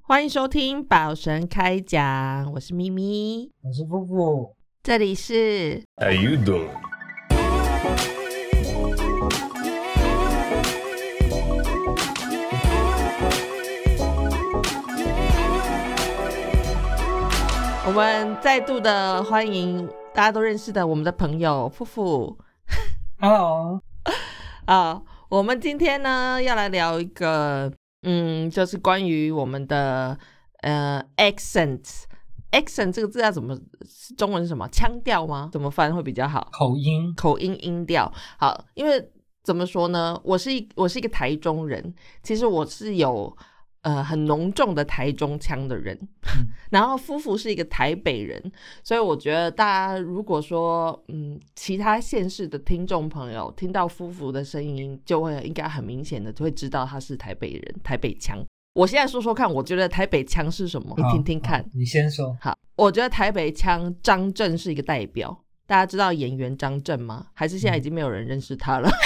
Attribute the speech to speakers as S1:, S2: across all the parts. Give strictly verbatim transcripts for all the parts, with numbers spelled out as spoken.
S1: 欢迎收听宝神开讲，我是咪咪，
S2: 我是夫妇，
S1: 这里是
S3: How you doing？
S1: 我们再度的欢迎大家都认识的我们的朋友夫妇。
S2: Hello，
S1: 啊，我们今天呢要来聊一个，嗯，就是关于我们的呃 accent。accent 这个字要怎么，中文是什么？腔调吗？怎么翻会比较好？
S2: 口音，
S1: 口音音调。好，因为怎么说呢？我是一我是一个台中人，其实我是有呃很浓重的台中腔的人，嗯、然后夫妇是一个台北人，所以我觉得大家如果说嗯其他县市的听众朋友听到夫妇的声音，就会应该很明显的就会知道他是台北人，台北腔。我现在说说看，我觉得台北腔是什么？你听听看。
S2: 你先说。
S1: 好，我觉得台北腔张震是一个代表。大家知道演员张震吗？还是现在已经没有人认识他了？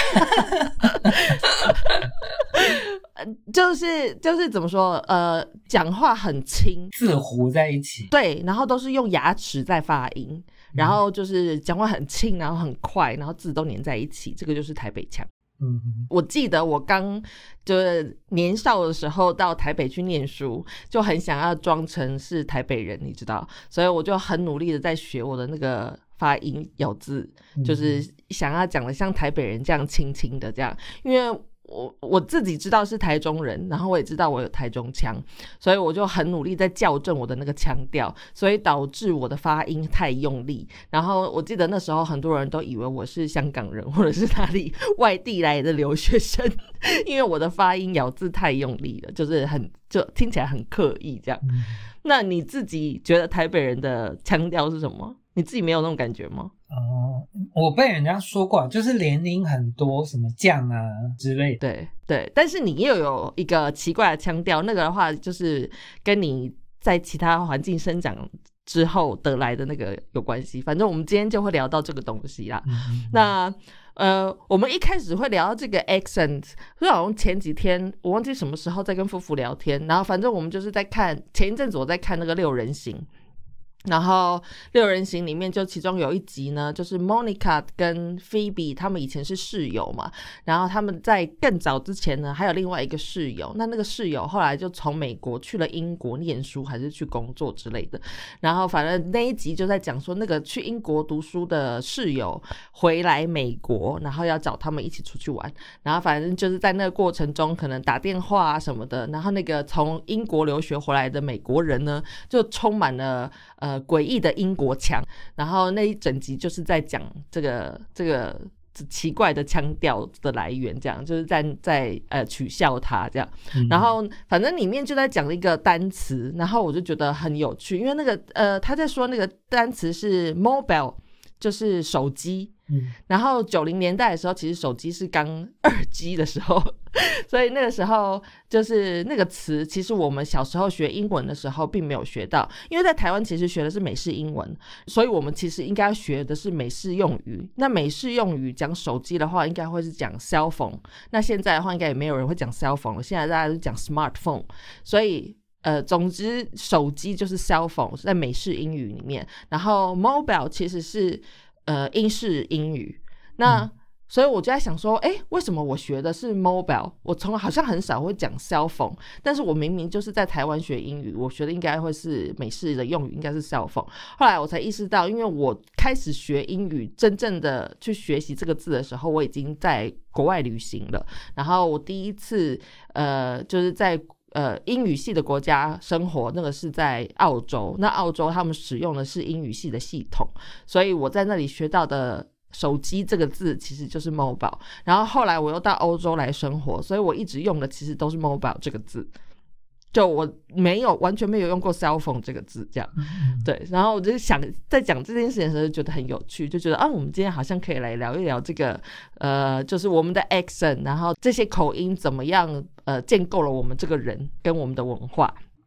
S1: 就是就是怎么说？呃，讲话很轻，
S2: 字糊在一起。
S1: 对，然后都是用牙齿在发音，然后就是讲话很轻，然后很快，然后字都粘在一起，这个就是台北腔。嗯，我记得我刚就是年少的时候到台北去念书，就很想要装成是台北人，你知道，所以我就很努力的在学我的那个发音咬字，就是想要讲的像台北人这样轻轻的这样，因为我我自己知道是台中人，然后我也知道我有台中腔，所以我就很努力在校正我的那个腔调，所以导致我的发音太用力。然后我记得那时候很多人都以为我是香港人或者是哪里外地来的留学生，因为我的发音咬字太用力了，就是很就听起来很刻意这样。嗯、那你自己觉得台北人的腔调是什么？你自己没有那种感觉吗？
S2: 哦，我被人家说过，就是连音很多，什么酱啊之类的。
S1: 对对，但是你又有一个奇怪的腔调，那个的话就是跟你在其他环境生长之后得来的那个有关系。反正我们今天就会聊到这个东西啦。嗯、那呃，我们一开始会聊到这个 accent， 就好像前几天我忘记什么时候在跟夫妇聊天，然后反正我们就是在看前一阵子我在看那个六人行。然后六人行里面就其中有一集呢，就是 Monica 跟 Phoebe 他们以前是室友嘛，然后他们在更早之前呢还有另外一个室友，那那个室友后来就从美国去了英国念书还是去工作之类的，然后反正那一集就在讲说那个去英国读书的室友回来美国，然后要找他们一起出去玩，然后反正就是在那个过程中可能打电话啊什么的，然后那个从英国留学回来的美国人呢就充满了呃呃，诡异的英国腔，然后那一整集就是在讲这个这个奇怪的腔调的来源，这样就是在在呃取笑他这样，嗯、然后反正里面就在讲一个单词，然后我就觉得很有趣，因为那个呃他在说那个单词是 mobile， 就是手机。嗯、然后九零年代的时候，其实手机是刚二 G 的时候，所以那个时候就是那个词，其实我们小时候学英文的时候并没有学到，因为在台湾其实学的是美式英文，所以我们其实应该学的是美式用语。那美式用语讲手机的话，应该会是讲 cell phone， 那现在的话应该也没有人会讲 cell phone 了，现在大家都讲 smartphone， 所以。呃，总之手机就是 cell phone， 在美式英语里面，然后 mobile 其实是呃英式英语，那、嗯、所以我就在想说，哎，为什么我学的是 mobile， 我从好像很少会讲 cell phone， 但是我明明就是在台湾学英语，我学的应该会是美式的用语，应该是 cell phone。后来我才意识到，因为我开始学英语，真正的去学习这个字的时候，我已经在国外旅行了，然后我第一次呃就是在。呃，英语系的国家生活，那个是在澳洲。那澳洲他们使用的是英语系的系统，所以我在那里学到的手机这个字其实就是 mobile。然后后来我又到欧洲来生活，所以我一直用的其实都是 mobile 这个字。就我没有完全没有用过 cell phone 这个字这样，对，然后我就想在讲这件事情的时候就觉得很有趣，就觉得啊，我们今天好像可以来聊一聊这个呃，就是我们的 accent， 然后这些口音怎么样呃建构了我们这个人跟我们的文化。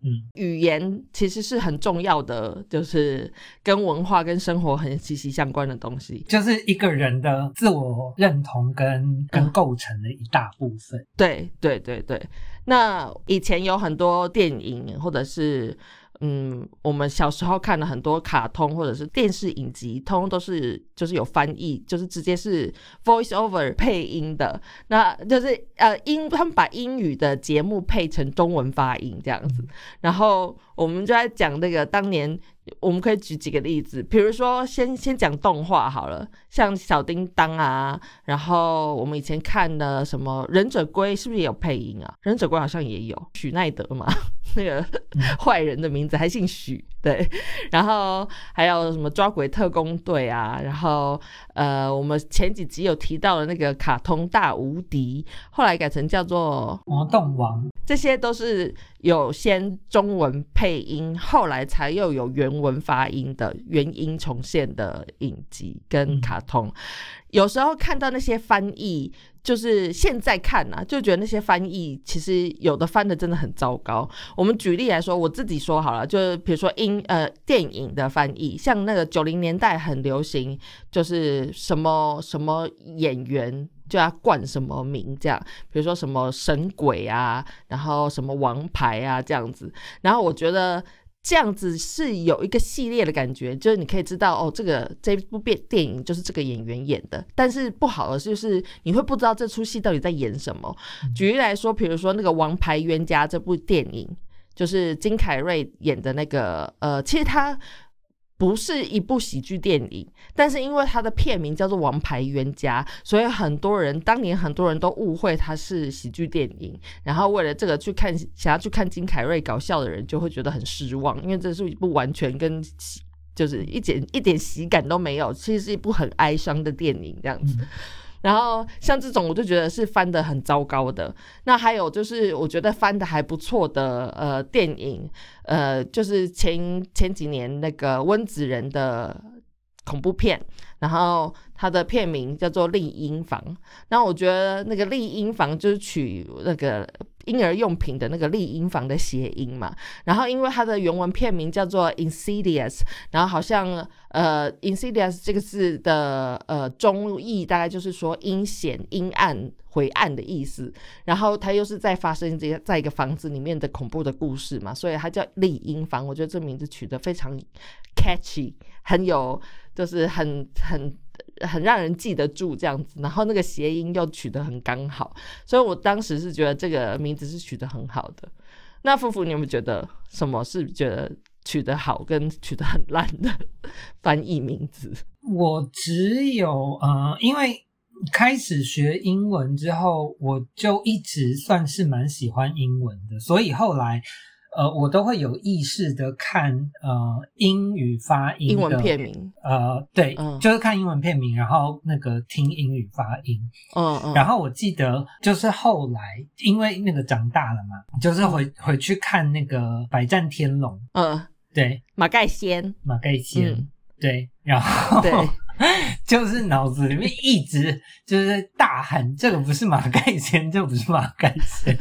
S2: 嗯，
S1: 语言其实是很重要的，就是跟文化跟生活很息息相关的东西，
S2: 就是一个人的自我认同跟跟构成的一大部分。
S1: 嗯、对对对对。那以前有很多电影或者是嗯，我们小时候看了很多卡通或者是电视影集，通通都是就是有翻译，就是直接是 voice over 配音的，那就是呃英他们把英语的节目配成中文发音这样子。然后我们就在讲那个当年，我们可以举几个例子，比如说先先讲动画好了，像小叮当啊，然后我们以前看的什么忍者龟是不是也有配音啊？忍者龟好像也有许奈德嘛，那个坏人的名字还姓许，对。然后还有什么抓鬼特工队啊，然后呃我们前几集有提到的那个卡通大无敌，后来改成叫做
S2: 魔动王，
S1: 这些都是有先中文配音，后来才又有原文发音的原音重现的影集跟卡通。有时候看到那些翻译，就是现在看啊，就觉得那些翻译其实有的翻的真的很糟糕。我们举例来说，我自己说好了，就是比如说音呃电影的翻译，像那个九零年代很流行，就是什么什么演员就要冠什么名这样，比如说什么神鬼啊，然后什么王牌啊这样子。然后我觉得这样子是有一个系列的感觉，就是你可以知道哦，这个这部电影就是这个演员演的。但是不好的就是你会不知道这出戏到底在演什么。举例来说，比如说那个《王牌冤家》这部电影，就是金凯瑞演的那个，呃，其实他不是一部喜剧电影，但是因为它的片名叫做《王牌冤家》，所以很多人当年很多人都误会它是喜剧电影，然后为了这个去看，想要去看金凯瑞搞笑的人就会觉得很失望，因为这是一部完全跟就是一点一点喜感都没有，其实是一部很哀伤的电影这样子。嗯，然后像这种我就觉得是翻得很糟糕的。那还有就是我觉得翻得还不错的呃电影，呃就是前前几年那个温子仁的恐怖片，然后它的片名叫做《丽婴房》。然后我觉得那个丽婴房就是取那个婴儿用品的那个丽婴房的谐音嘛，然后因为它的原文片名叫做 Insidious， 然后好像呃 Insidious 这个字的呃中译大概就是说阴险阴暗灰暗的意思，然后它又是在发生在一个房子里面的恐怖的故事嘛，所以它叫丽婴房。我觉得这名字取得非常 catchy， 很有就是很很很让人记得住这样子，然后那个谐音又取得很刚好，所以我当时是觉得这个名字是取得很好的。那夫妇你有没有觉得什么是觉得取得好跟取得很烂的翻译名字？
S2: 我只有呃，因为开始学英文之后，我就一直算是蛮喜欢英文的，所以后来呃，我都会有意识的看呃英语发音的
S1: 英文片名，
S2: 呃，对，
S1: 嗯，
S2: 就是看英文片名，然后那个听英语发音，
S1: 嗯嗯。
S2: 然后我记得就是后来因为那个长大了嘛，就是回回去看那个《百战天龙》，
S1: 嗯，
S2: 对，
S1: 马盖先，
S2: 马盖先，
S1: 嗯，
S2: 对，然后
S1: 对。
S2: 就是脑子里面一直就是大喊这个不是马盖先，这不是马盖先。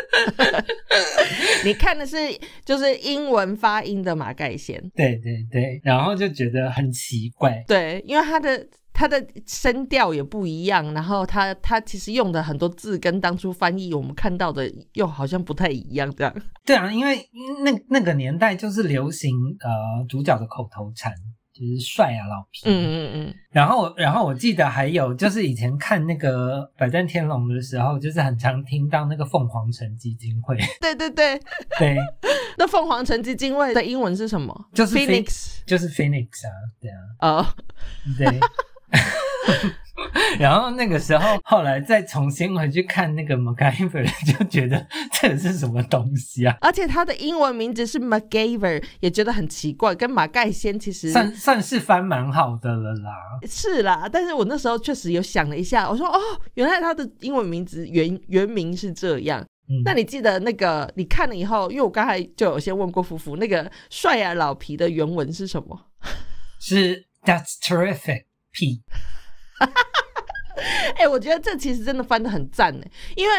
S1: 你看的是就是英文发音的马盖先，
S2: 对对对，然后就觉得很奇怪，
S1: 对，因为他的他的声调也不一样，然后他他其实用的很多字跟当初翻译我们看到的又好像不太一样这样。
S2: 对啊，因为那那个年代就是流行呃主角的口头禅，就是帅啊老皮，
S1: 嗯嗯嗯。
S2: 然后然后我记得还有就是以前看那个百战天龙的时候，就是很常听到那个凤凰城基金会，
S1: 对对对
S2: 对。
S1: 那凤凰城基金会的英文是什么？
S2: 就是
S1: Phoenix，
S2: 就是 Phoenix 啊，对啊，
S1: 哦、oh.
S2: 对。然后那个时候后来再重新回去看那个 MacGyver， 就觉得这个是什么东西啊，
S1: 而且他的英文名字是 MacGyver， 也觉得很奇怪，跟马盖先其实
S2: 算算是翻蛮好的了啦，
S1: 是啦，但是我那时候确实有想了一下，我说哦，原来他的英文名字原原名是这样。嗯、那你记得那个你看了以后，因为我刚才就有先问过夫妇，那个帅啊老皮的原文是什么？
S2: 是 That's terrific P。
S1: 哎、欸，我觉得这其实真的翻得很赞耶，因为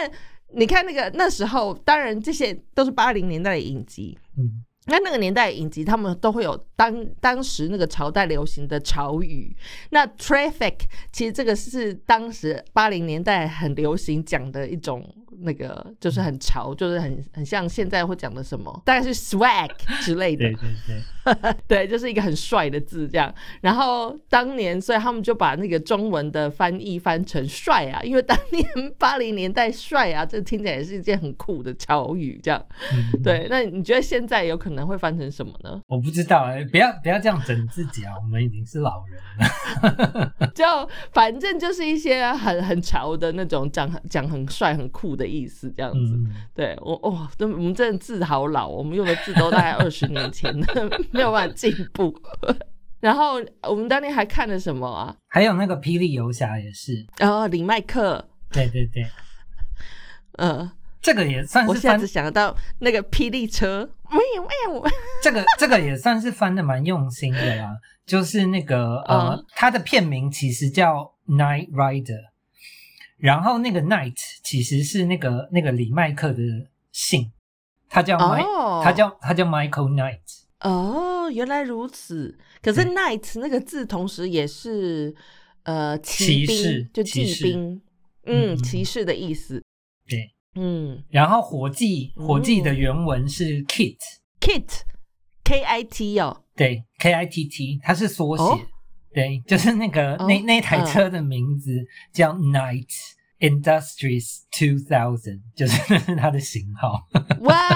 S1: 你看那个那时候，当然这些都是八零年代的影集，嗯。那那个年代的影集，他们都会有当当时那个朝代流行的潮语。那 traffic 其实这个是当时八零年代很流行讲的一种那个，就是很潮，就是很很像现在会讲的什么，大概是 swag 之类的。
S2: 对对对，
S1: 对，就是一个很帅的字这样。然后当年，所以他们就把那个中文的翻译翻成帅啊，因为当年八零年代帅啊，这听起来也是一件很酷的潮语这样。嗯、对，那你觉得现在有可能？可能会翻成什么呢？
S2: 我不知道哎、欸，不要不要这样整自己啊！我们已经是老人了。
S1: 就反正就是一些很很潮的那种讲讲很帅很酷的意思，这样子。嗯、对我哇、哦，我们真的字好老，我们用的字都大概二十年前了，没有办法进步。然后我们当年还看了什么啊？
S2: 还有那个《霹雳游侠》也是，
S1: 哦，李麦克。
S2: 对对对，
S1: 嗯、呃。
S2: 这个也算是翻，
S1: 我现在只想到那个霹雳车，
S2: 这个这个也算是翻的蛮用心的啦。就是那个呃，嗯、它的片名其实叫 Knight Rider， 然后那个 Knight 其实是那个那个李麦克的姓，他叫 My，、哦、他叫他叫 Michael Knight。
S1: 哦，原来如此。可是 Knight 那个字同时也是呃骑兵，就骑兵，嗯，骑士的意思。
S2: 对。嗯，然后火计火计的原文是 kit
S1: kit K I T 哦，
S2: 对 K I T T 它是缩写、哦、对，就是那个、哦、那那台车的名字叫 Knight Industries two thousand， 就是那是它的型号。
S1: 哇，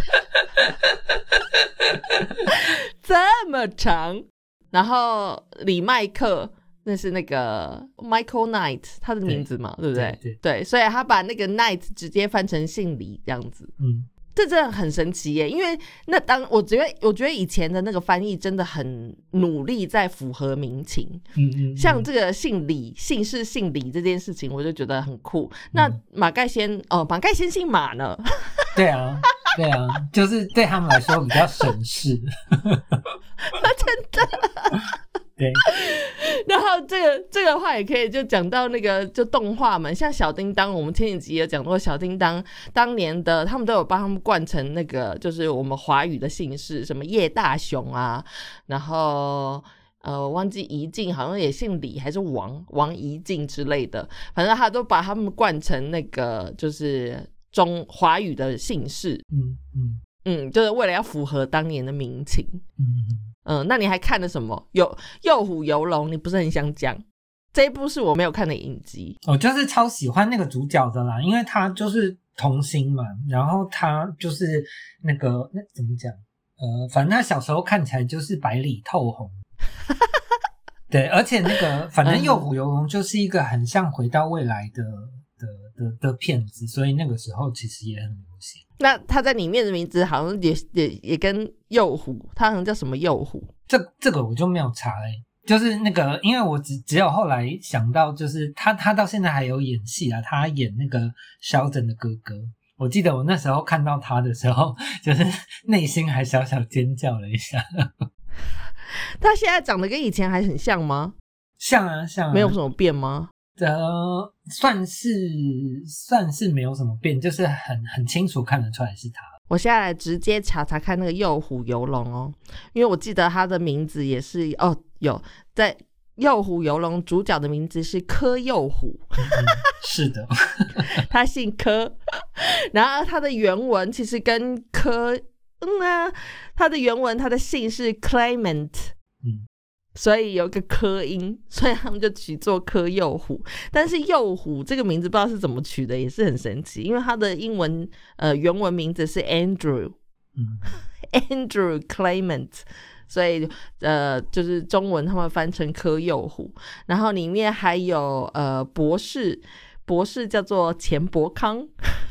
S1: 这么长。然后李麦克那是那个 Michael Knight 他的名字嘛， 对, 对不对？ 对, 对，所以他把那个 Knight 直接翻成姓李这样子。嗯，这真的很神奇耶，因为那当我觉得我觉得以前的那个翻译真的很努力在符合民情。嗯 嗯, 嗯，像这个姓李姓氏姓李这件事情我就觉得很酷。那马盖先哦，马盖先姓马呢？
S2: 对啊对啊，就是对他们来说比较省事。
S1: 真的。
S2: 对，
S1: 然后这个这个话也可以就讲到那个就动画们，像小叮当，我们前几集也讲过，小叮当当年的他们都有帮他们冠成那个就是我们华语的姓氏，什么叶大雄啊，然后呃忘记怡静好像也姓李还是王王怡静之类的，反正他都把他们冠成那个就是中华语的姓氏。嗯嗯嗯，就是为了要符合当年的民情。嗯嗯，那你还看了什么？有诱虎游龙，你不是很想讲？这一部是我没有看的影集。
S2: 我就是超喜欢那个主角的啦，因为他就是童星嘛，然后他就是那个那怎么讲？呃，反正他小时候看起来就是白里透红。对，而且那个反正诱虎游龙就是一个很像回到未来的的的的片子，所以那个时候其实也很流行。
S1: 那他在里面的名字好像也也也跟诱虎，他好像叫什么诱虎？
S2: 这这个我就没有查欸，就是那个，因为我只只有后来想到，就是他他到现在还有演戏啊，他演那个 Sheldon 的哥哥。我记得我那时候看到他的时候，就是内心还小小尖叫了一下。
S1: 他现在长得跟以前还很像吗？
S2: 像啊像啊，
S1: 没有什么变吗？
S2: 呃，算是算是没有什么变，就是很很清楚看得出来是他。
S1: 我现在来直接查查看那个诱虎游龙哦，因为我记得他的名字也是哦，有在诱虎游龙主角的名字是柯诱虎。
S2: 嗯、是的。
S1: 他姓柯，然后他的原文其实跟柯嗯啊，他的原文他的姓是 Clement。嗯，所以有一个科音，所以他们就取作柯诱虎。但是诱虎这个名字不知道是怎么取的，也是很神奇，因为他的英文呃原文名字是 Andrew， 嗯，Andrew Clement， 所以呃就是中文他们翻成柯诱虎。然后里面还有呃博士，博士叫做钱伯康。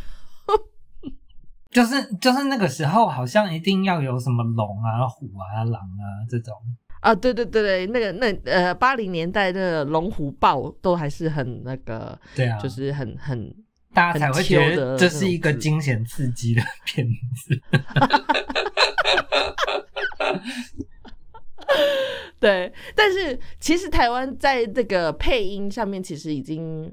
S2: 就是就是那个时候好像一定要有什么龙啊、虎啊、狼啊这种。
S1: 啊，对对对对，那个那呃，八零年代的龙虎豹都还是很那个，
S2: 对啊，
S1: 就是很很
S2: 大家才会觉得这是一个惊险刺激的片子。
S1: 对，但是其实台湾在这个配音上面其实已经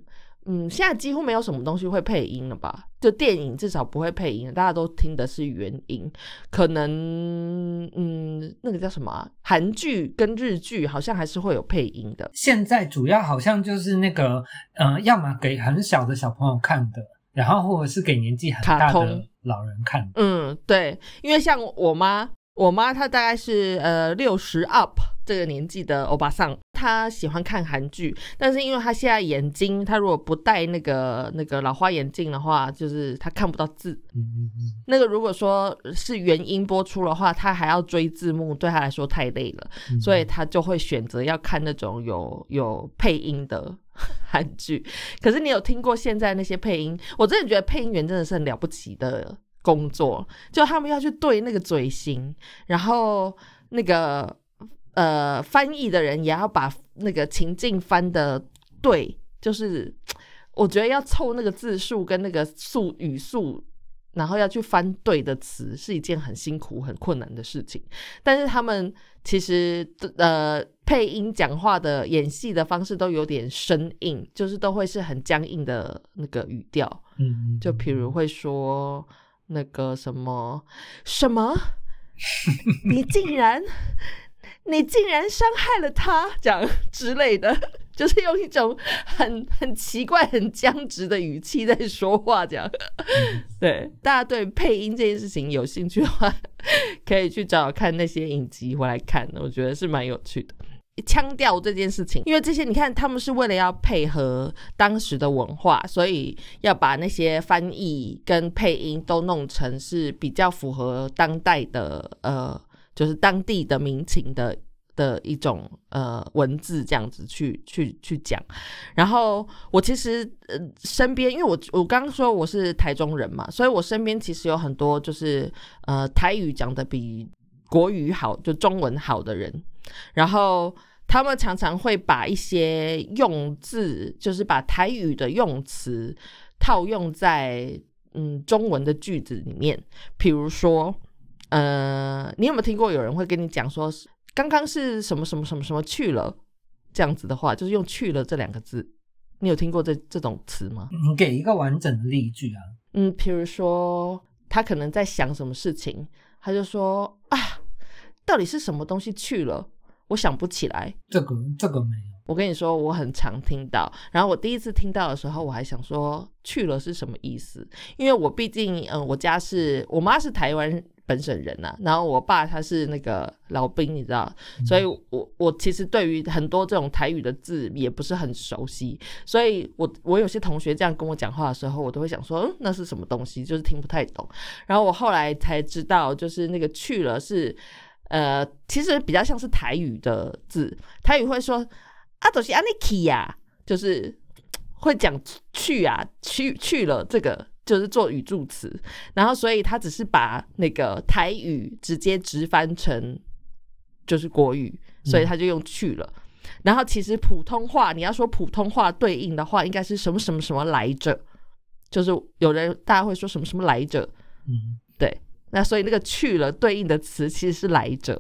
S1: 嗯，现在几乎没有什么东西会配音了吧？就电影至少不会配音，大家都听的是原音。可能，嗯，那个叫什么啊？韩剧跟日剧好像还是会有配音的。
S2: 现在主要好像就是那个，呃，要么给很小的小朋友看的，然后或者是给年纪很大的老人看的。
S1: 嗯，对，因为像我妈，我妈她大概是呃六十 up 这个年纪的欧巴桑，她喜欢看韩剧，但是因为她现在眼睛，她如果不戴那个那个老花眼镜的话，就是她看不到字。
S2: 嗯嗯嗯。
S1: 那个如果说是原音播出的话，她还要追字幕，对她来说太累了，嗯、所以她就会选择要看那种有有配音的韩剧。可是你有听过现在那些配音？我真的觉得配音员真的是很了不起的工作，就他们要去对那个嘴型，然后那个呃翻译的人也要把那个情境翻的对，就是我觉得要凑那个字数跟那个速语速，然后要去翻对的词是一件很辛苦很困难的事情。但是他们其实呃配音讲话的演戏的方式都有点生硬，就是都会是很僵硬的那个语调。
S2: 嗯，
S1: 就比如会说那个什么什么你竟然你竟然伤害了他这样之类的，就是用一种很很奇怪很僵直的语气在说话这样。对，大家对配音这件事情有兴趣的话，可以去找找看那些影集回来看，我觉得是蛮有趣的。腔调这件事情，因为这些你看他们是为了要配合当时的文化，所以要把那些翻译跟配音都弄成是比较符合当代的呃就是当地的民情的的一种呃文字这样子去去去讲。然后我其实呃身边，因为我我刚刚说我是台中人嘛，所以我身边其实有很多就是呃台语讲的比国语好，就中文好的人。然后他们常常会把一些用字，就是把台语的用词套用在嗯中文的句子里面。比如说，呃，你有没有听过有人会跟你讲说，刚刚是什么什么什么什么去了这样子的话，就是用去了这两个字，你有听过这这种词吗？
S2: 你给一个完整的例句啊。
S1: 嗯，比如说他可能在想什么事情，他就说啊，到底是什么东西去了？我想不起来。
S2: 这个这个没有。
S1: 我跟你说，我很常听到。然后我第一次听到的时候，我还想说去了是什么意思？因为我毕竟，嗯、呃，我家是我妈是台湾本省人呐、啊，然后我爸他是那个老兵，你知道，嗯、所以我我其实对于很多这种台语的字也不是很熟悉，所以我我有些同学这样跟我讲话的时候，我都会想说，嗯，那是什么东西？就是听不太懂。然后我后来才知道，就是那个去了是。呃，其实比较像是台语的字，台语会说啊，就是安尼去呀，就是会讲去啊，去去了，这个就是做语助词，然后所以他只是把那个台语直接直翻成就是国语，所以他就用去了。嗯、然后其实普通话，你要说普通话对应的话，应该是什么什么什么来着，就是有人大家会说什么什么来着，嗯，对。那所以那个去了对应的词其实是来着，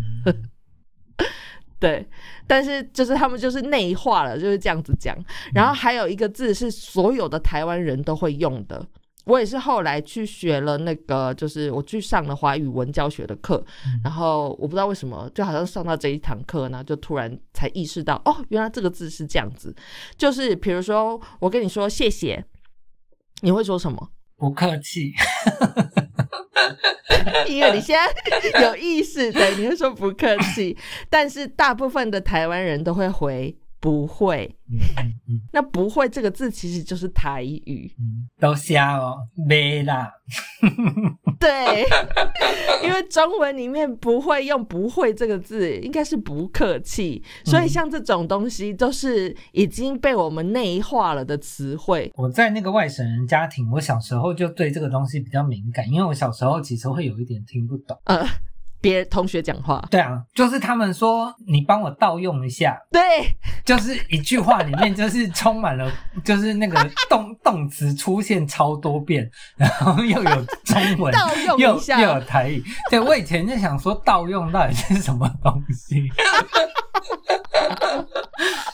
S1: 对，但是就是他们就是内化了，就是这样子讲。然后还有一个字是所有的台湾人都会用的，我也是后来去学了那个，就是我去上了华语文教学的课，然后我不知道为什么，就好像上到这一堂课呢，就突然才意识到，哦，原来这个字是这样子。就是比如说我跟你说谢谢，你会说什么？
S2: 不客气。
S1: 因为你现在有意识的，你会说不客气，但是大部分的台湾人都会回不会。嗯嗯、那不会这个字其实就是台语，
S2: 嗯、都瞎哦，没啦。
S1: 对，因为中文里面不会用不会这个字，应该是不客气，所以像这种东西都是已经被我们内化了的词汇。
S2: 我在那个外省人家庭，我小时候就对这个东西比较敏感，因为我小时候其实会有一点听不懂。呃
S1: 别同学讲话，
S2: 对啊，就是他们说你帮我盗用一下，
S1: 对，
S2: 就是一句话里面就是充满了，就是那个动动词出现超多遍，然后又有中文
S1: 盗用一下，
S2: 又又有台语。对，我以前就想说盗用到底是什么东西。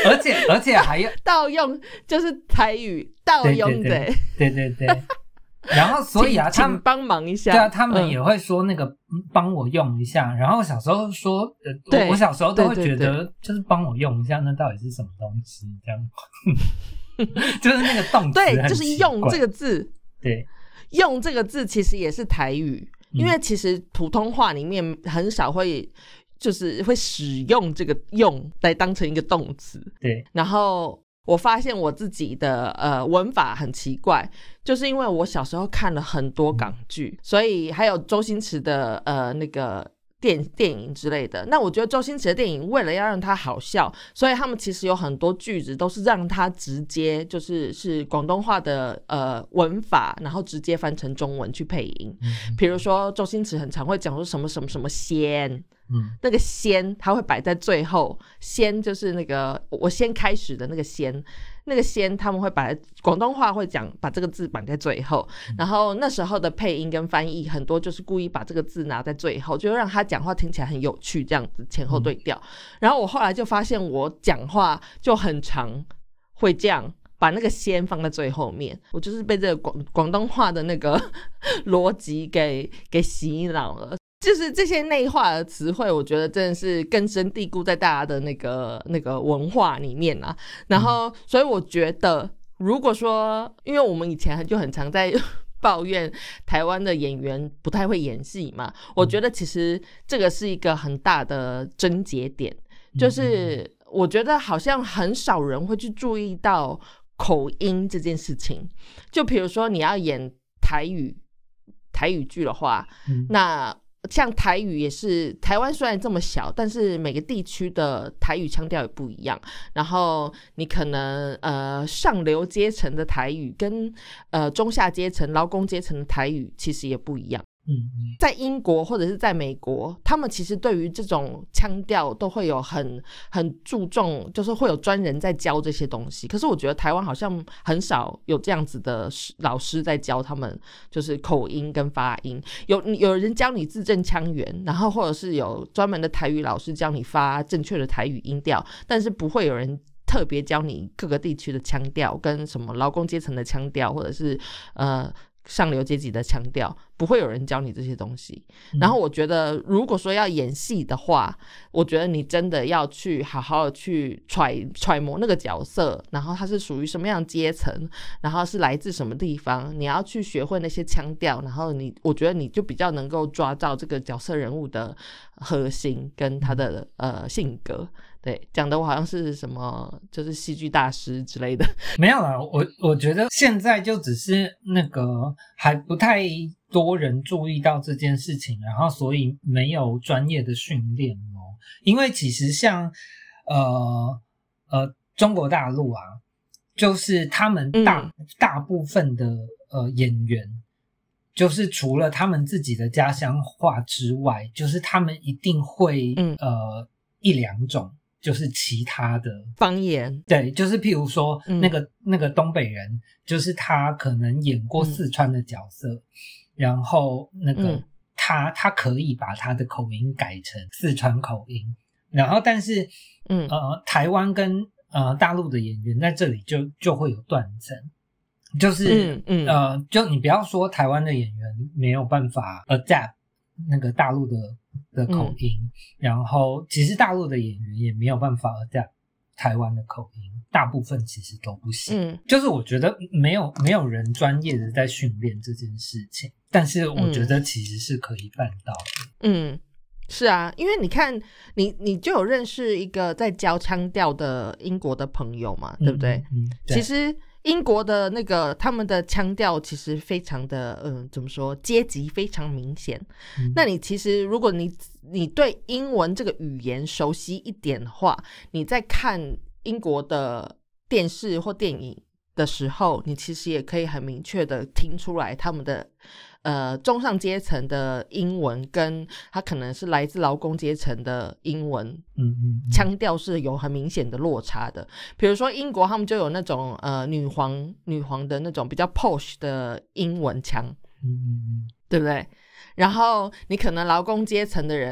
S2: 而且而且还有
S1: 盗用就是台语盗用的，
S2: 对对 对, 对, 对然后所以啊他们
S1: 帮忙一下，
S2: 对啊，他们也会说那个帮我用一下、嗯、然后小时候说呃我，我小时候都会觉得就是帮我用一下，那到底是什么东西这样就是那个动词
S1: 对，就是用这个字，
S2: 对，
S1: 用这个字其实也是台语、嗯、因为其实普通话里面很少会就是会使用这个用来当成一个动词，
S2: 对，
S1: 然后我发现我自己的呃文法很奇怪，就是因为我小时候看了很多港剧、嗯、所以还有周星驰的呃那个电电影之类的，那我觉得周星驰的电影为了要让它好笑，所以他们其实有很多句子都是让它直接就是是广东话的呃文法，然后直接翻成中文去配音、嗯、比如说周星驰很常会讲说什么什么什么先，嗯，那个先他会摆在最后，先就是那个我先开始的那个先，那个先他们会摆在广东话会讲把这个字摆在最后、嗯、然后那时候的配音跟翻译很多就是故意把这个字拿在最后，就让他讲话听起来很有趣，这样子前后对调、嗯、然后我后来就发现我讲话就很常会这样把那个先放在最后面，我就是被这个广广东话的那个逻辑给给洗脑了，就是这些内化的词汇我觉得真的是根深蒂固在大家的那个那个文化里面啊。然后所以我觉得如果说因为我们以前就很常在抱怨台湾的演员不太会演戏嘛，我觉得其实这个是一个很大的症结点，就是我觉得好像很少人会去注意到口音这件事情。就比如说你要演台语台语剧的话、嗯、那像台语也是，台湾虽然这么小，但是每个地区的台语腔调也不一样，然后你可能呃上流阶层的台语跟呃中下阶层劳工阶层的台语其实也不一样。嗯，在英国或者是在美国，他们其实对于这种腔调都会有很很注重，就是会有专人在教这些东西。可是我觉得台湾好像很少有这样子的老师在教他们，就是口音跟发音。有有人教你字正腔圆，然后或者是有专门的台语老师教你发正确的台语音调，但是不会有人特别教你各个地区的腔调跟什么劳工阶层的腔调，或者是呃上流阶级的腔调，不会有人教你这些东西、嗯、然后我觉得如果说要演戏的话，我觉得你真的要去好好的去揣揣摩那个角色，然后他是属于什么样的阶层，然后是来自什么地方，你要去学会那些腔调，然后你我觉得你就比较能够抓到这个角色人物的核心跟他的、嗯、呃性格。对，讲的我好像是什么就是戏剧大师之类的。
S2: 没有啦，我我觉得现在就只是那个还不太多人注意到这件事情，然后所以没有专业的训练哦。因为其实像呃呃中国大陆啊，就是他们大、嗯、大部分的呃演员，就是除了他们自己的家乡话之外，就是他们一定会、嗯、呃一两种就是其他的
S1: 方言。
S2: 对，就是譬如说、嗯、那个那个东北人，就是他可能演过四川的角色、嗯、然后那个、嗯、他他可以把他的口音改成四川口音，然后但是嗯呃台湾跟呃大陆的演员在这里就就会有断层，就是嗯嗯呃就你不要说台湾的演员没有办法 adapt 那个大陆的的口音、嗯、然后其实大陆的演员也没有办法 adapt 台湾的口音，大部分其实都不行、嗯、就是我觉得没有没有人专业的在训练这件事情，但是我觉得其实是可以办到的。
S1: 嗯，是啊，因为你看你你就有认识一个在教腔调的英国的朋友嘛，对不对？嗯嗯、对，其实英国的那个他们的腔调其实非常的嗯，怎么说，阶级非常明显、嗯、那你其实如果你你对英文这个语言熟悉一点的话，你在看英国的电视或电影的时候，你其实也可以很明确的听出来他们的呃中上阶层的英文跟他可能是来自劳工阶层的英文嗯嗯嗯腔调是有很明显的落差的。比如说英国他们就有那种呃女皇女皇的那种比较 posh 的英文腔嗯嗯嗯对不对？然后你可能劳工阶层的人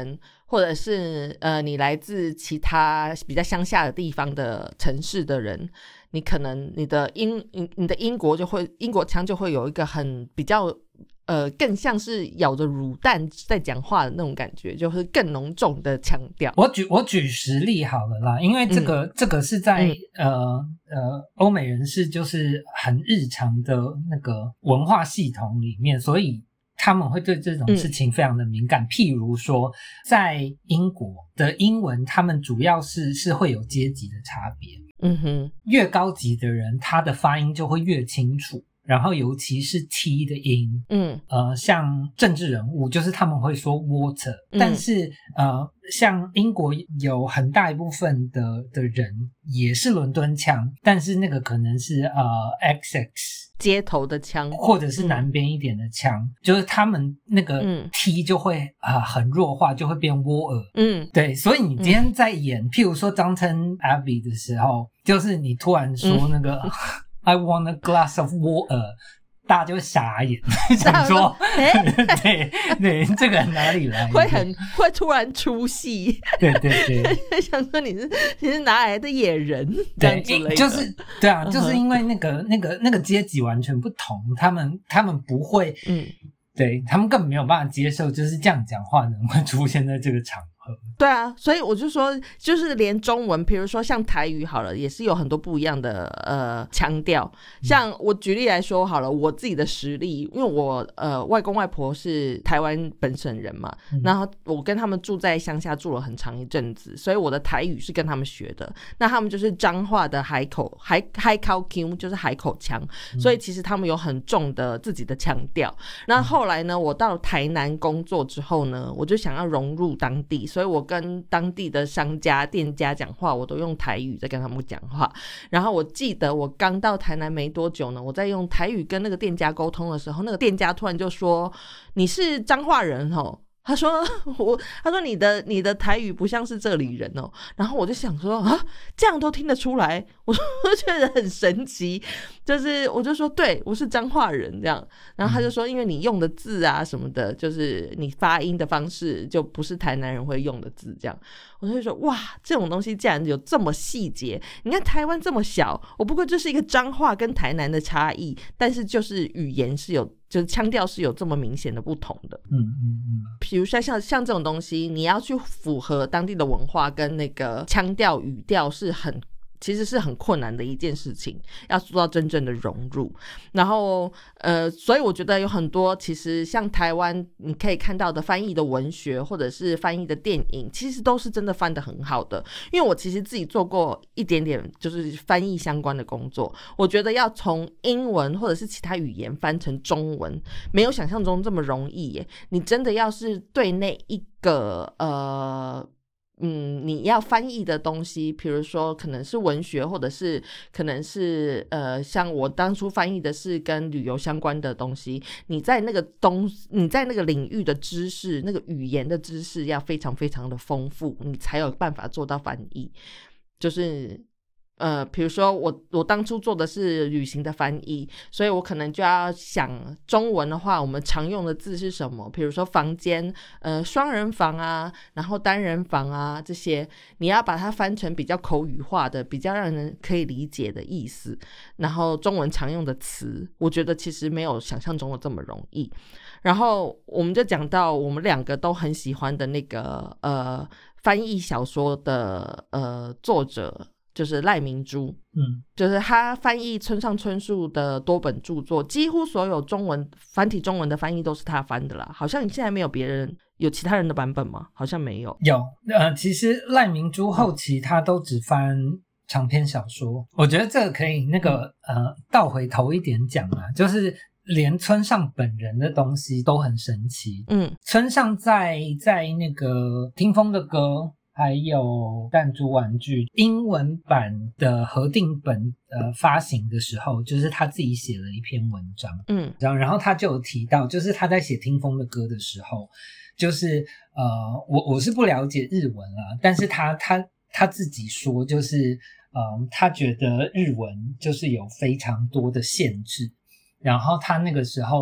S1: 或者是呃你来自其他比较乡下的地方的城市的人，你可能你的英你你的英国就会英国腔就会有一个很比较呃更像是咬着乳蛋在讲话的那种感觉，就是更浓重的腔调。
S2: 我举我举实例好了啦，因为这个、嗯、这个是在、嗯、呃呃欧美人士就是很日常的那个文化系统里面，所以他们会对这种事情非常的敏感、嗯、譬如说在英国的英文他们主要是是会有阶级的差别，嗯哼，越高级的人他的发音就会越清楚，然后尤其是 T 的音，嗯，呃，像政治人物就是他们会说 water，、嗯、但是呃，像英国有很大一部分的的人也是伦敦腔，但是那个可能是呃 X X
S1: 街头的腔，
S2: 或者是南边一点的腔、嗯，就是他们那个 T 就会啊、呃、很弱化，就会变沃尔，嗯，对，所以你今天在演，嗯、譬如说 Downton Abbey 的时候，就是你突然说那个。嗯I want a glass of water， 大家就会傻眼，想说，对对，这个哪里来？
S1: 会很会突然出戏，
S2: 对对对，
S1: 想说你是你是哪来的野人？这样之类的，
S2: 就是对啊，就是因为那个那个那个阶级完全不同，他们他们不会，嗯，对他们根本没有办法接受，就是这样讲话的人会出现在这个场合。
S1: 对啊，所以我就说，就是连中文，比如说像台语好了，也是有很多不一样的呃腔调。像我举例来说好了，我自己的实力，因为我呃外公外婆是台湾本省人嘛，嗯、然后我跟他们住在乡下住了很长一阵子，所以我的台语是跟他们学的。那他们就是彰化的海口海海口腔，就是海口腔，嗯、所以其实他们有很重的自己的腔调。那后来呢，我到台南工作之后呢，我就想要融入当地。所以我跟当地的商家店家讲话，我都用台语在跟他们讲话。然后我记得我刚到台南没多久呢，我在用台语跟那个店家沟通的时候，那个店家突然就说：“你是彰化人哦。”他说我他说你的你的台语不像是这里人哦。然后我就想说啊，这样都听得出来，我就觉得很神奇。就是我就说对，我是彰化人这样。然后他就说因为你用的字啊什么的，就是你发音的方式就不是台南人会用的字这样。我就说哇，这种东西竟然有这么细节。你看台湾这么小，我不过就是一个彰化跟台南的差异，但是就是语言是有就是腔调是有这么明显的不同的。嗯嗯嗯。比如说像像这种东西，你要去符合当地的文化跟那个腔调语调是很其实是很困难的一件事情，要做到真正的融入。然后呃，所以我觉得有很多其实像台湾你可以看到的翻译的文学或者是翻译的电影，其实都是真的翻得很好的。因为我其实自己做过一点点就是翻译相关的工作，我觉得要从英文或者是其他语言翻成中文，没有想象中这么容易耶。你真的要是对那一个呃嗯，你要翻译的东西，比如说可能是文学，或者是可能是呃，像我当初翻译的是跟旅游相关的东西，你在那个东你在那个领域的知识，那个语言的知识要非常非常的丰富，你才有办法做到翻译。就是呃，比如说我我当初做的是旅行的翻译，所以我可能就要想中文的话，我们常用的字是什么？比如说房间，呃，双人房啊，然后单人房啊，这些你要把它翻成比较口语化的、比较让人可以理解的意思。然后中文常用的词，我觉得其实没有想象中的这么容易。然后我们就讲到我们两个都很喜欢的那个呃翻译小说的呃作者。就是赖明珠，嗯，就是他翻译村上春树的多本著作，几乎所有中文繁体中文的翻译都是他翻的啦。好像现在没有别人有其他人的版本吗？好像没有。
S2: 有，呃，其实赖明珠后期他都只翻长篇小说，我觉得这个可以那个呃倒回头一点讲啊，就是连村上本人的东西都很神奇。嗯，村上在在那个听风的歌。还有弹珠玩具英文版的核定本呃发行的时候，就是他自己写了一篇文章，嗯，然后他就有提到，就是他在写听风的歌的时候，就是呃我我是不了解日文啦，但是他他他自己说，就是呃他觉得日文就是有非常多的限制，然后他那个时候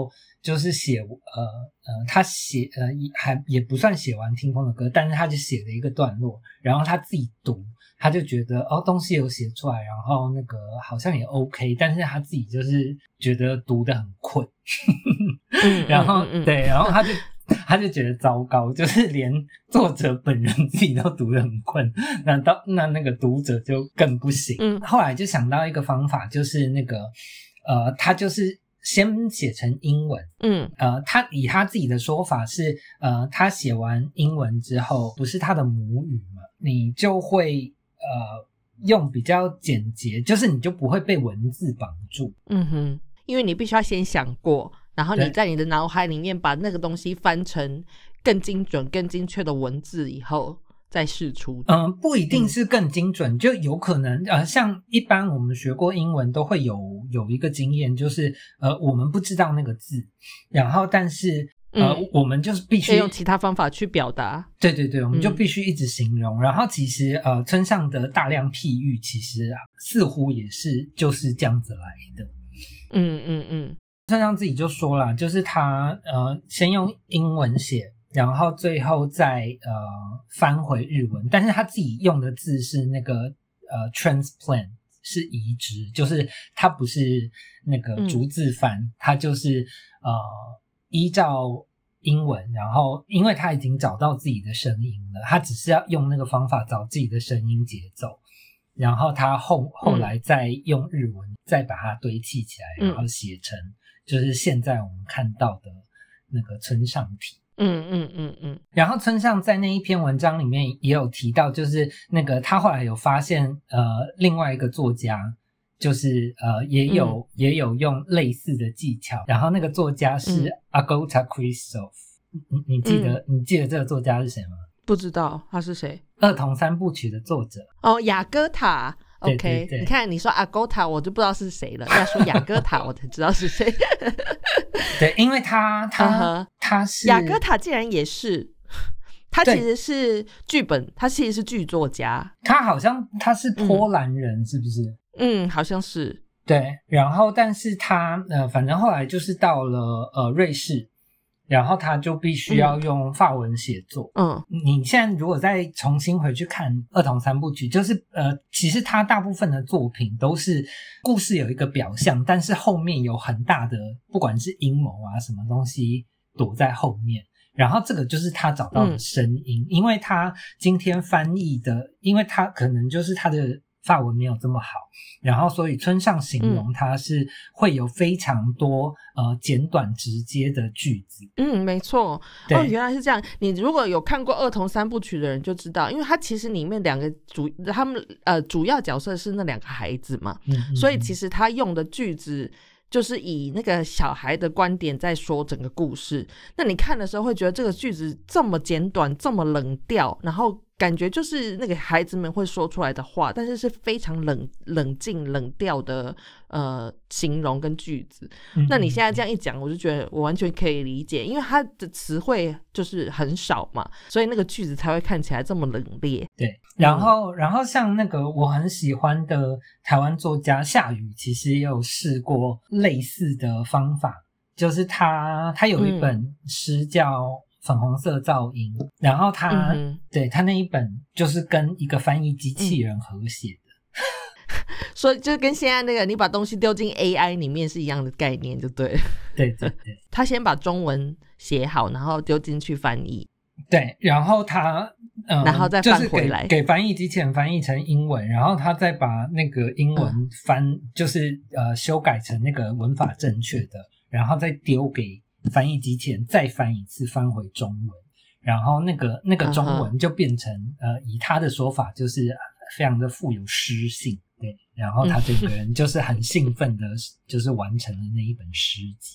S2: 就是写呃呃，他写呃还也不算写完听风的歌，但是他就写了一个段落，然后他自己读，他就觉得哦东西有写出来，然后那个好像也 OK， 但是他自己就是觉得读得很困，然后、嗯嗯嗯、对，然后他就他就觉得糟糕，就是连作者本人自己都读得很困，那到那那个读者就更不行。嗯，后来就想到一个方法，就是那个呃，他就是先写成英文，嗯，呃，他以他自己的说法是，呃，他写完英文之后，不是他的母语嘛，你就会呃用比较简洁，就是你就不会被文字绑住，
S1: 嗯哼，因为你必须要先想过，然后你在你的脑海里面把那个东西翻成更精准、更精确的文字以后。再释出，
S2: 嗯、呃，不一定是更精准，嗯、就有可能，呃，像一般我们学过英文都会有有一个经验，就是呃，我们不知道那个字，然后但是呃、嗯，我们就是必须
S1: 用其他方法去表达，
S2: 对对对，我们就必须一直形容，嗯、然后其实呃，村上的大量譬喻其实似乎也是就是这样子来的，
S1: 嗯嗯嗯，
S2: 村上自己就说啦，就是他呃先用英文写。然后最后再呃翻回日文，但是他自己用的字是那个呃 transplant 是移植，就是他不是那个逐字翻，嗯、他就是呃依照英文，然后因为他已经找到自己的声音了，他只是要用那个方法找自己的声音节奏，然后他后后来再用日文、嗯、再把它堆砌起来，然后写成、嗯、就是现在我们看到的那个村上体。
S1: 嗯嗯嗯嗯，
S2: 然后村上在那一篇文章里面也有提到，就是那个他后来有发现呃另外一个作家就是呃也有、嗯、也有用类似的技巧，然后那个作家是 Agota Christoph、嗯、你你记得、嗯、你记得这个作家是谁吗？
S1: 不知道他是谁？
S2: 二童三部曲的作者
S1: 哦，雅戈塔。OK，
S2: 对对对，
S1: 你看你说 Agota 我就不知道是谁了，要说雅戈塔我才知道是谁。
S2: 对，因为他他、uh-huh. 他是
S1: 雅戈塔竟然也是，他其实是剧本，他其实是剧作家，
S2: 他好像他是波兰人、嗯、是不是？
S1: 嗯，好像是。
S2: 对，然后但是他呃，反正后来就是到了呃瑞士。然后他就必须要用法文写作。嗯，你现在如果再重新回去看二童三部曲，就是呃，其实他大部分的作品都是故事有一个表象，但是后面有很大的不管是阴谋啊什么东西躲在后面。然后这个就是他找到的声音，嗯、因为他今天翻译的，因为他可能就是他的法文没有这么好，然后所以村上形容它是会有非常多、嗯、呃简短直接的句子。
S1: 嗯，没错。哦，原来是这样。你如果有看过二童三部曲的人就知道，因为它其实里面两个主他们呃主要角色是那两个孩子嘛，嗯嗯嗯，所以其实他用的句子就是以那个小孩的观点在说整个故事。那你看的时候会觉得这个句子这么简短，这么冷调，然后感觉就是那个孩子们会说出来的话，但是是非常冷冷静冷调的呃形容跟句子。嗯嗯，那你现在这样一讲，我就觉得我完全可以理解，因为他的词汇就是很少嘛，所以那个句子才会看起来这么冷冽。
S2: 对，然后、嗯、然后像那个我很喜欢的台湾作家夏宇，其实也有试过类似的方法，就是他他有一本诗叫粉红色噪音，然后他、嗯、对他那一本就是跟一个翻译机器人合写的、
S1: 嗯、所以就跟现在那个你把东西丢进 A I 里面是一样的概念就对了。
S2: 对对对，
S1: 他先把中文写好然后丢进去翻译，
S2: 对，然后他、呃、
S1: 然后再翻回来、
S2: 就是、给, 给翻译机器人翻译成英文，然后他再把那个英文翻、嗯、就是呃修改成那个文法正确的，然后再丢给翻译机器人再翻一次翻回中文，然后那个那个中文就变成、uh-huh. 呃以他的说法就是非常的富有诗性，对，然后他这个人就是很兴奋的就是完成了那一本诗集。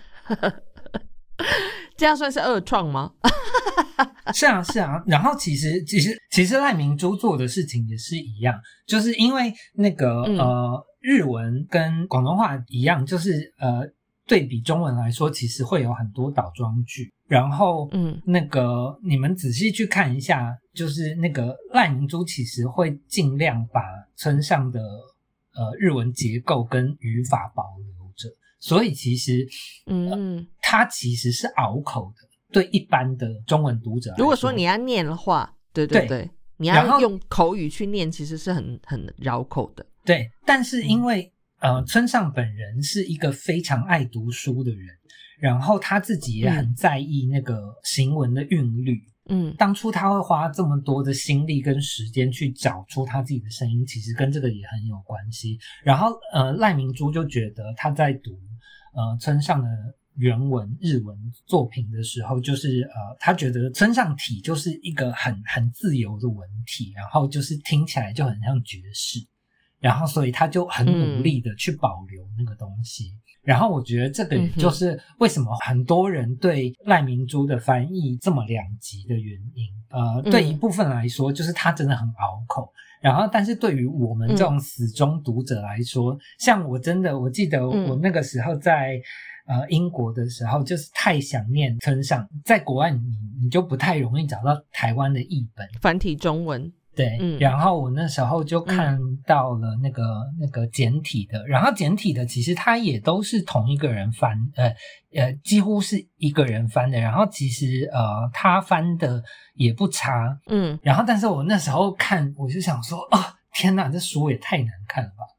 S1: 这样算是二创吗？
S2: 是啊是啊，然后其实其实其实赖明珠做的事情也是一样，就是因为那个、嗯、呃日文跟广东话一样，就是呃对比中文来说其实会有很多倒装句，然后嗯那个你们仔细去看一下，就是那个赖明珠其实会尽量把村上的呃日文结构跟语法保留着， 所以其实
S1: 嗯、
S2: 呃、它其实是拗口的，对一般的中文读者来说，
S1: 如果说你要念的话，对对 对, 对你要用口语去念其实是很很绕口的。
S2: 对，但是因为、嗯、呃，村上本人是一个非常爱读书的人，然后他自己也很在意那个行文的韵律。嗯，当初他会花这么多的心力跟时间去找出他自己的声音，其实跟这个也很有关系。然后呃，赖明珠就觉得他在读呃村上的原文日文作品的时候，就是呃，他觉得村上体就是一个很很自由的文体，然后就是听起来就很像爵士，然后所以他就很努力的去保留那个东西。嗯，然后我觉得这个也就是为什么很多人对赖明珠的翻译这么两极的原因。呃，对一部分来说就是他真的很拗口，然后但是对于我们这种死忠读者来说，像我真的我记得我那个时候在呃英国的时候，就是太想念村上，在国外你你就不太容易找到台湾的译本
S1: 繁体中文。
S2: 对、嗯，然后我那时候就看到了那个、嗯、那个简体的，然后简体的其实它也都是同一个人翻，呃呃，几乎是一个人翻的，然后其实呃他翻的也不差，嗯，然后但是我那时候看我就想说，哦，天哪，这书也太难看了吧。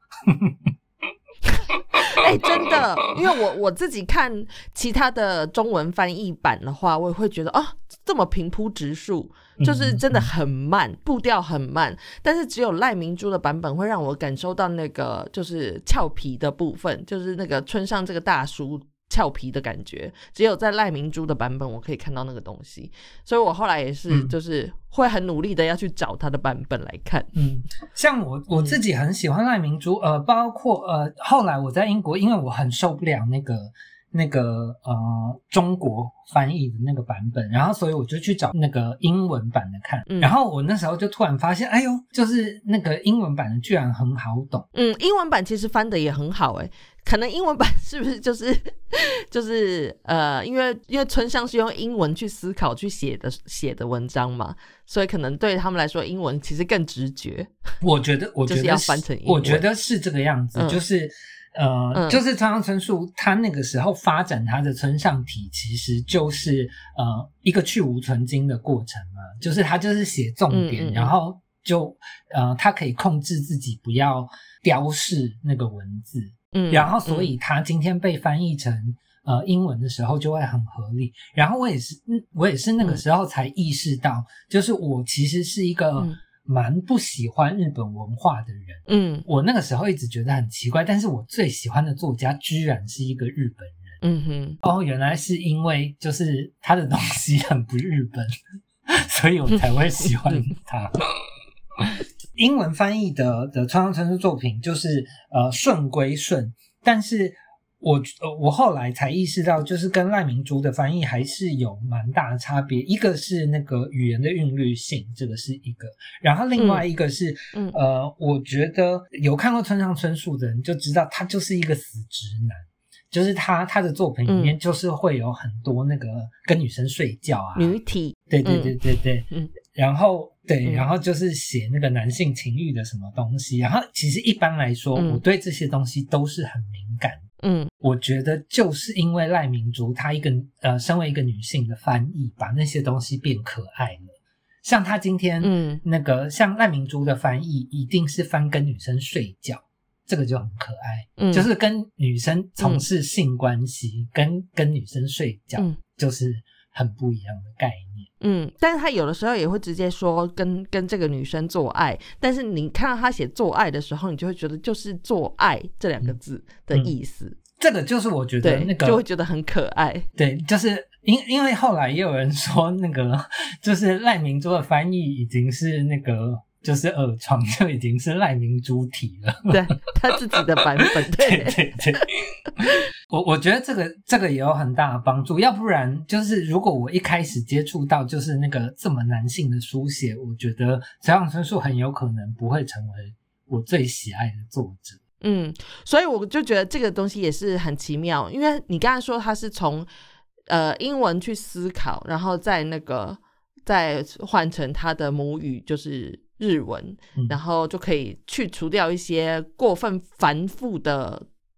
S1: 哎、欸，真的，因为我我自己看其他的中文翻译版的话，我也会觉得啊，这么平铺直述，就是真的很慢，嗯、步调很慢。但是只有赖明珠的版本会让我感受到那个就是俏皮的部分，就是那个村上这个大叔俏皮的感觉，只有在赖明珠的版本我可以看到那个东西，所以我后来也是就是会很努力的要去找他的版本来看。
S2: 嗯，像我我自己很喜欢赖明珠，呃，包括呃后来我在英国，因为我很受不了那个那个呃中国翻译的那个版本，然后所以我就去找那个英文版的看、嗯、然后我那时候就突然发现，哎呦，就是那个英文版的居然很好懂。
S1: 嗯，英文版其实翻的也很好诶、欸可能英文版是不是就是就是呃，因为因为村上是用英文去思考去写的写的文章嘛，所以可能对他们来说英文其实更直觉。
S2: 我觉得我觉得
S1: 就是要翻成英文，
S2: 我觉得是这个样子，嗯、就是呃、嗯，就是村上春树他那个时候发展他的村上体，其实就是呃一个去无存精的过程嘛，就是他就是写重点，嗯嗯嗯然后就呃他可以控制自己不要雕饰那个文字。嗯，然后所以他今天被翻译成、嗯、呃英文的时候就会很合理。然后我也是我也是那个时候才意识到、嗯、就是我其实是一个蛮不喜欢日本文化的人。嗯，我那个时候一直觉得很奇怪，但是我最喜欢的作家居然是一个日本人。嗯哼，哦，原来是因为就是他的东西很不日本，所以我才会喜欢他。英文翻译的的村上春树作品就是呃顺归顺，但是我我后来才意识到，就是跟赖明珠的翻译还是有蛮大的差别。一个是那个语言的韵律性，这个是一个，然后另外一个是、嗯、呃，我觉得有看过村上春树的人就知道，他就是一个死直男。就是他他的作品里面就是会有很多那个跟女生睡觉啊，
S1: 女体，
S2: 对对对对对，嗯，然后对，然后就是写那个男性情欲的什么东西，然后其实一般来说、嗯、我对这些东西都是很敏感，嗯，我觉得就是因为赖明珠她一个呃身为一个女性的翻译，把那些东西变可爱了。像她今天嗯那个像赖明珠的翻译一定是翻跟女生睡觉。这个就很可爱、嗯、就是跟女生从事性关系、嗯、跟跟女生睡觉、嗯、就是很不一样的概念。
S1: 嗯，但是他有的时候也会直接说跟跟这个女生做爱，但是你看到他写做爱的时候，你就会觉得就是做爱这两个字的意思、嗯、
S2: 这个就是我觉得那个
S1: 就会觉得很可爱。
S2: 对，就是因因为后来也有人说那个就是赖明珠的翻译已经是那个就是耳床就已经是赖明珠体了，
S1: 对他自己的版本，
S2: 对对对，我我觉得这个这个也有很大的帮助，要不然就是如果我一开始接触到就是那个这么男性的书写，我觉得村上春树很有可能不会成为我最喜爱的作者。
S1: 嗯，所以我就觉得这个东西也是很奇妙，因为你刚才说他是从呃英文去思考，然后再那个再换成他的母语就是日文、嗯、然后就可以去除掉一些过分繁复的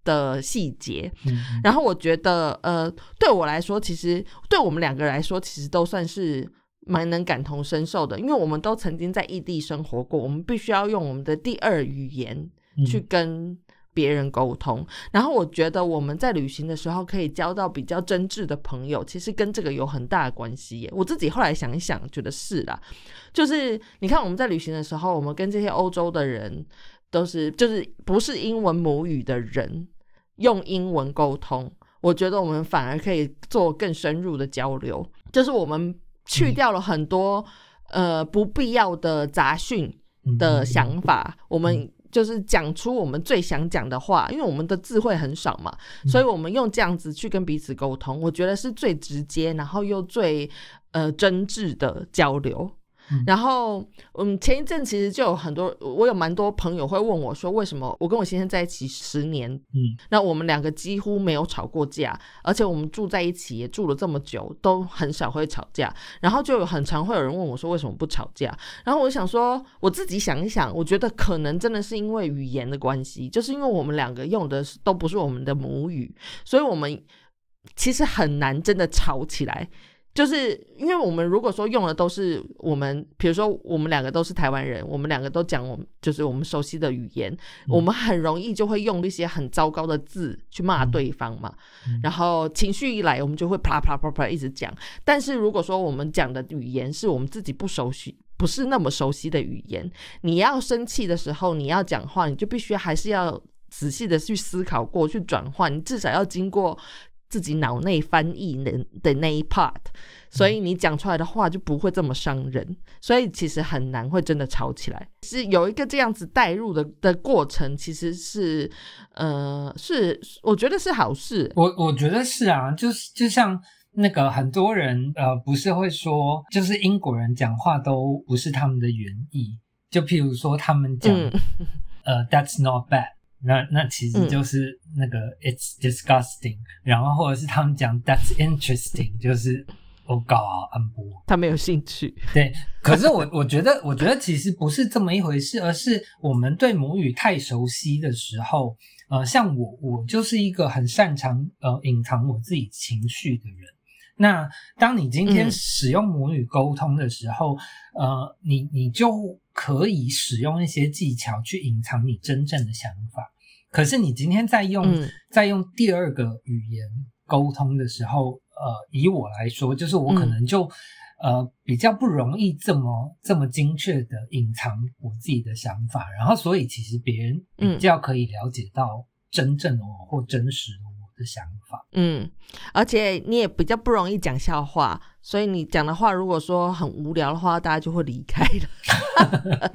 S1: 的细节。
S2: 嗯，
S1: 然后我觉得呃，对我来说，其实对我们两个来说，其实都算是蛮能感同身受的，因为我们都曾经在异地生活过，我们必须要用我们的第二语言去跟别人沟通、嗯、然后我觉得我们在旅行的时候可以交到比较真挚的朋友，其实跟这个有很大的关系耶。我自己后来想一想觉得是啦，就是你看我们在旅行的时候，我们跟这些欧洲的人都是就是不是英文母语的人用英文沟通，我觉得我们反而可以做更深入的交流，就是我们去掉了很多、嗯、呃不必要的杂讯的想法、嗯、我们就是讲出我们最想讲的话，因为我们的智慧很少嘛、嗯、所以我们用这样子去跟彼此沟通，我觉得是最直接然后又最呃真挚的交流。嗯、然后嗯，前一阵其实就有很多我有蛮多朋友会问我说，为什么我跟我先生在一起十年，嗯，那我们两个几乎没有吵过架，而且我们住在一起也住了这么久都很少会吵架，然后就有很常会有人问我说为什么不吵架，然后我想说我自己想一想，我觉得可能真的是因为语言的关系，就是因为我们两个用的都不是我们的母语，所以我们其实很难真的吵起来，就是因为我们如果说用的都是我们比如说我们两个都是台湾人，我们两个都讲我们就是我们熟悉的语言、嗯、我们很容易就会用一些很糟糕的字去骂对方嘛、嗯、然后情绪一来我们就会啪啪啪啪一直讲，但是如果说我们讲的语言是我们自己不熟悉不是那么熟悉的语言，你要生气的时候你要讲话，你就必须还是要仔细的去思考过去转换，你至少要经过自己脑内翻译 的, 的那一 part， 所以你讲出来的话就不会这么伤人，所以其实很难会真的吵起来，是有一个这样子带入 的, 的过程，其实是呃是我觉得是好事。
S2: 我我觉得是啊，就是就像那个很多人呃不是会说就是英国人讲话都不是他们的原意，就譬如说他们讲、嗯、呃 that's not bad，那那其实就是那个 it's disgusting、嗯、然后或者是他们讲 that's interesting 就是哦搞啊安波
S1: 他没有兴趣，
S2: 对，可是我我觉得我觉得其实不是这么一回事，而是我们对母语太熟悉的时候，呃像我我就是一个很擅长呃隐藏我自己情绪的人，那当你今天使用母语沟通的时候、嗯、呃你你就可以使用一些技巧去隐藏你真正的想法，可是你今天在用、嗯、在用第二个语言沟通的时候，呃，以我来说，就是我可能就、嗯、呃比较不容易这么这么精确的隐藏我自己的想法，然后所以其实别人比较可以了解到真正的我或真实的我的想法。
S1: 嗯，而且你也比较不容易讲笑话，所以你讲的话如果说很无聊的话，大家就会离开了。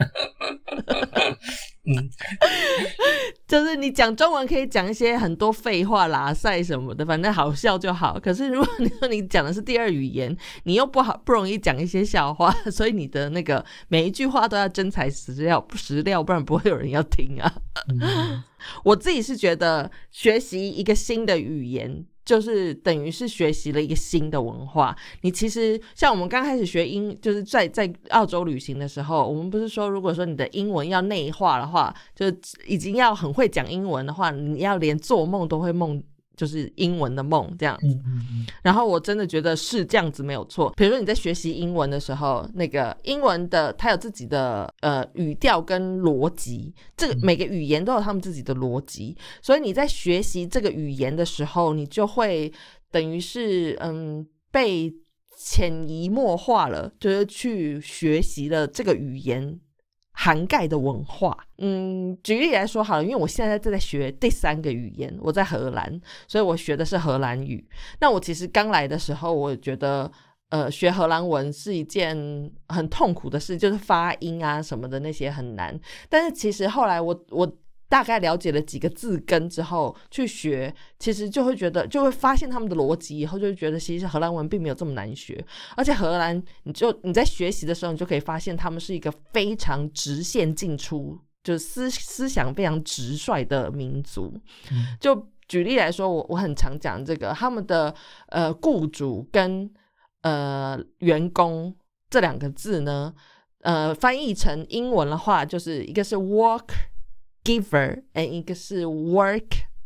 S1: 嗯，就是你讲中文可以讲一些很多废话拉塞什么的，反正好笑就好，可是如果你说你讲的是第二语言，你又不好不容易讲一些笑话，所以你的那个每一句话都要真材实料实料，不然不会有人要听啊。嗯，我自己是觉得学习一个新的语言就是等于是学习了一个新的文化。你其实像我们刚开始学英，就是在在澳洲旅行的时候，我们不是说如果说你的英文要内化的话，就已经要很会讲英文的话，你要连做梦都会梦就是英文的梦这样子、嗯嗯嗯、然后我真的觉得是这样子没有错。比如说你在学习英文的时候，那个英文的它有自己的呃语调跟逻辑，这个每个语言都有他们自己的逻辑，所以你在学习这个语言的时候，你就会等于是嗯被潜移默化了，就是去学习了这个语言涵盖的文化。嗯，举例来说好了，因为我现在正在学第三个语言，我在荷兰，所以我学的是荷兰语。那我其实刚来的时候，我觉得呃，学荷兰文是一件很痛苦的事，就是发音啊什么的那些很难。但是其实后来我我大概了解了几个字根之后去学，其实就会觉得就会发现他们的逻辑以后，就会觉得其实荷兰文并没有这么难学。而且荷兰你就你在学习的时候，你就可以发现他们是一个非常直线进出，就是思思想非常直率的民族、嗯、就举例来说，我我很常讲这个他们的呃雇主跟呃员工这两个字呢，呃翻译成英文的话，就是一个是 work giver， 一个是 work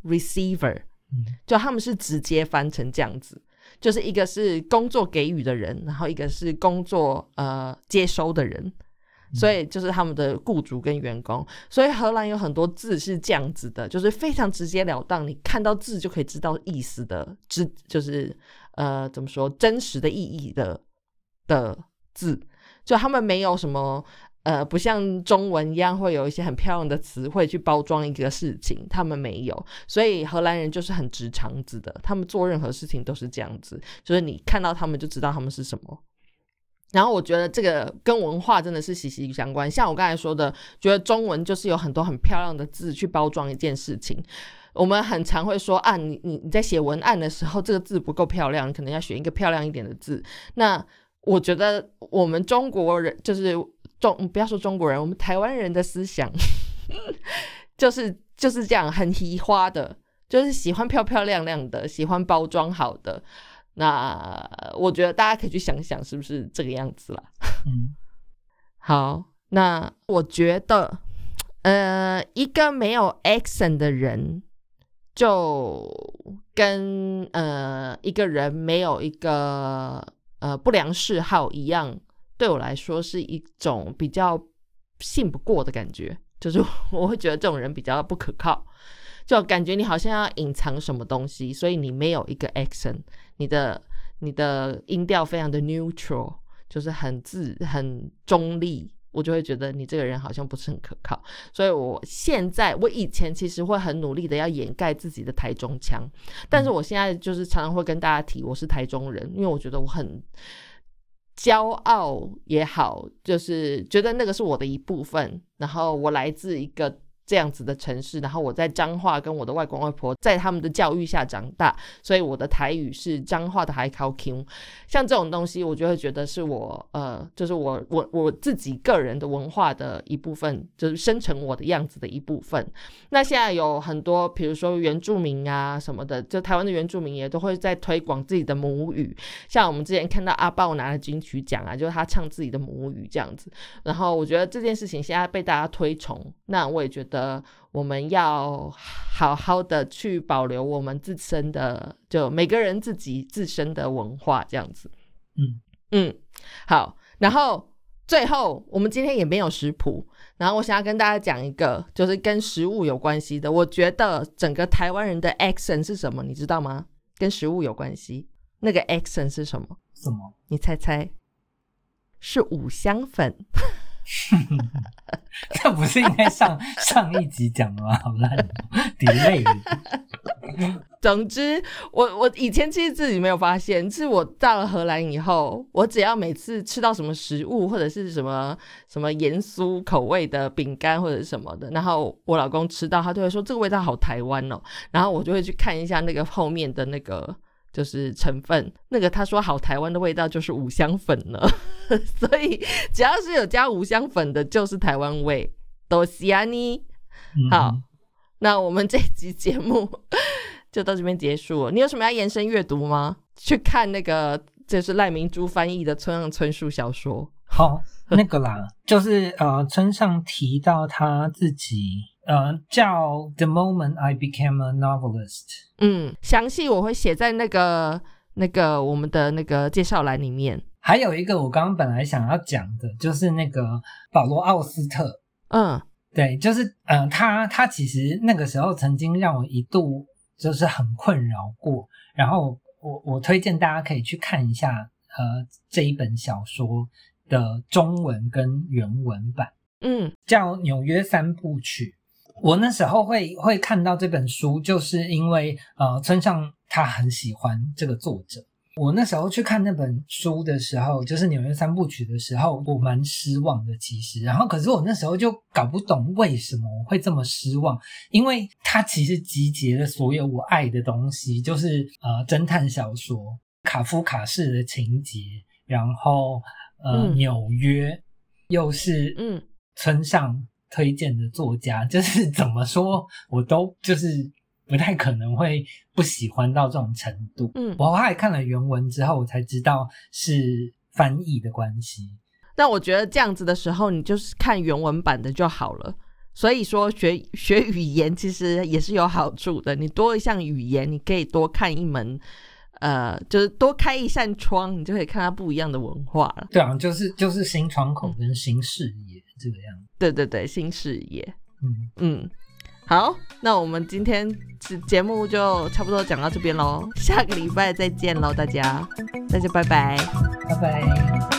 S1: receiver，、
S2: 嗯、
S1: 就他们是直接翻成这样子，就是一个是工作给予的人，然后一个是工作呃接收的人，所以就是他们的雇主跟员工。所以荷兰有很多字是这样子的，就是非常直截了当，你看到字就可以知道意思的，就是呃怎么说真实的意义的的字，就他们没有什么呃不像中文一样会有一些很漂亮的词汇去包装一个事情，他们没有。所以荷兰人就是很直肠子的，他们做任何事情都是这样子，就是你看到他们就知道他们是什么。然后我觉得这个跟文化真的是息息相关，像我刚才说的，觉得中文就是有很多很漂亮的字去包装一件事情。我们很常会说啊，你你你在写文案的时候这个字不够漂亮，你可能要选一个漂亮一点的字。那我觉得我们中国人就是中不要说中国人，我们台湾人的思想就是就是这样，很移花的，就是喜欢漂漂亮亮的，喜欢包装好的。那我觉得大家可以去想想是不是这个样子啦。
S2: 嗯，
S1: 好，那我觉得呃，一个没有 accent 的人就跟呃一个人没有一个呃不良嗜好一样，对我来说是一种比较信不过的感觉，就是我会觉得这种人比较不可靠，就感觉你好像要隐藏什么东西，所以你没有一个 accent， 你的你的音调非常的 neutral， 就是很自很中立，我就会觉得你这个人好像不是很可靠。所以我现在我以前其实会很努力的要掩盖自己的台中腔，但是我现在就是常常会跟大家提我是台中人，因为我觉得我很骄傲也好，就是觉得那个是我的一部分，然后我来自一个这样子的城市，然后我在彰化跟我的外公外婆在他们的教育下长大，所以我的台语是彰化的海口 Q， 像这种东西我就会觉得是我呃，就是我我我自己个人的文化的一部分，就是生成我的样子的一部分。那现在有很多比如说原住民啊什么的，就台湾的原住民也都会在推广自己的母语，像我们之前看到阿豹拿了金曲奖啊，就是他唱自己的母语这样子，然后我觉得这件事情现在被大家推崇，那我也觉得我们要好好的去保留我们自身的，就每个人自己自身的文化这样子。
S2: 嗯
S1: 嗯，好，然后最后我们今天也没有食谱，然后我想要跟大家讲一个就是跟食物有关系的，我觉得整个台湾人的 accent 是什么你知道吗？跟食物有关系，那个 accent 是什么？
S2: 什么？
S1: 你猜猜？是五香粉。
S2: 这不是应该上上一集讲的吗？好烂哦 ，delay。
S1: 总之，我我以前其实自己没有发现，是我到了荷兰以后，我只要每次吃到什么食物或者是什么什么盐酥口味的饼干或者什么的，然后我老公吃到，他就会说这个味道好台湾哦，然后我就会去看一下那个后面的那个就是成分，那个他说好台湾的味道就是五香粉呢。所以只要是有加五香粉的就是台湾味，都是啊你。好、嗯、那我们这集节目就到这边结束了，你有什么要延伸阅读吗？去看那个就是赖明珠翻译的村上春树小说。
S2: 好，那个啦就是呃村上提到他自己呃叫 The Moment I Became a Novelist，
S1: 嗯，详细我会写在那个那个我们的那个介绍栏里面。
S2: 还有一个我刚刚本来想要讲的就是那个保罗奥斯特，
S1: 嗯，
S2: 对，就是呃他他其实那个时候曾经让我一度就是很困扰过，然后我我推荐大家可以去看一下呃这一本小说的中文跟原文版，
S1: 嗯，
S2: 叫《纽约三部曲》。我那时候会会看到这本书，就是因为呃村上他很喜欢这个作者。我那时候去看那本书的时候，就是《纽约三部曲》的时候，我蛮失望的其实。然后可是我那时候就搞不懂为什么我会这么失望，因为它其实集结了所有我爱的东西，就是呃侦探小说、卡夫卡式的情节，然后呃、嗯、纽约又是嗯村上推荐的作家，就是怎么说我都就是不太可能会不喜欢到这种程度。嗯，我后来看了原文之后，我才知道是翻译的关系。
S1: 那我觉得这样子的时候，你就是看原文版的就好了。 所以说学学语言其实也是有好处的，你多一项语言，你可以多看一门呃，就是多开一扇窗，你就可以看到不一样的文化了。
S2: 对啊，就是就是新窗口跟新视野这个样子。
S1: 对对对，新视野。
S2: 嗯
S1: 嗯，好，那我们今天节目就差不多讲到这边咯，下个礼拜再见咯，大家大家拜拜
S2: 拜拜。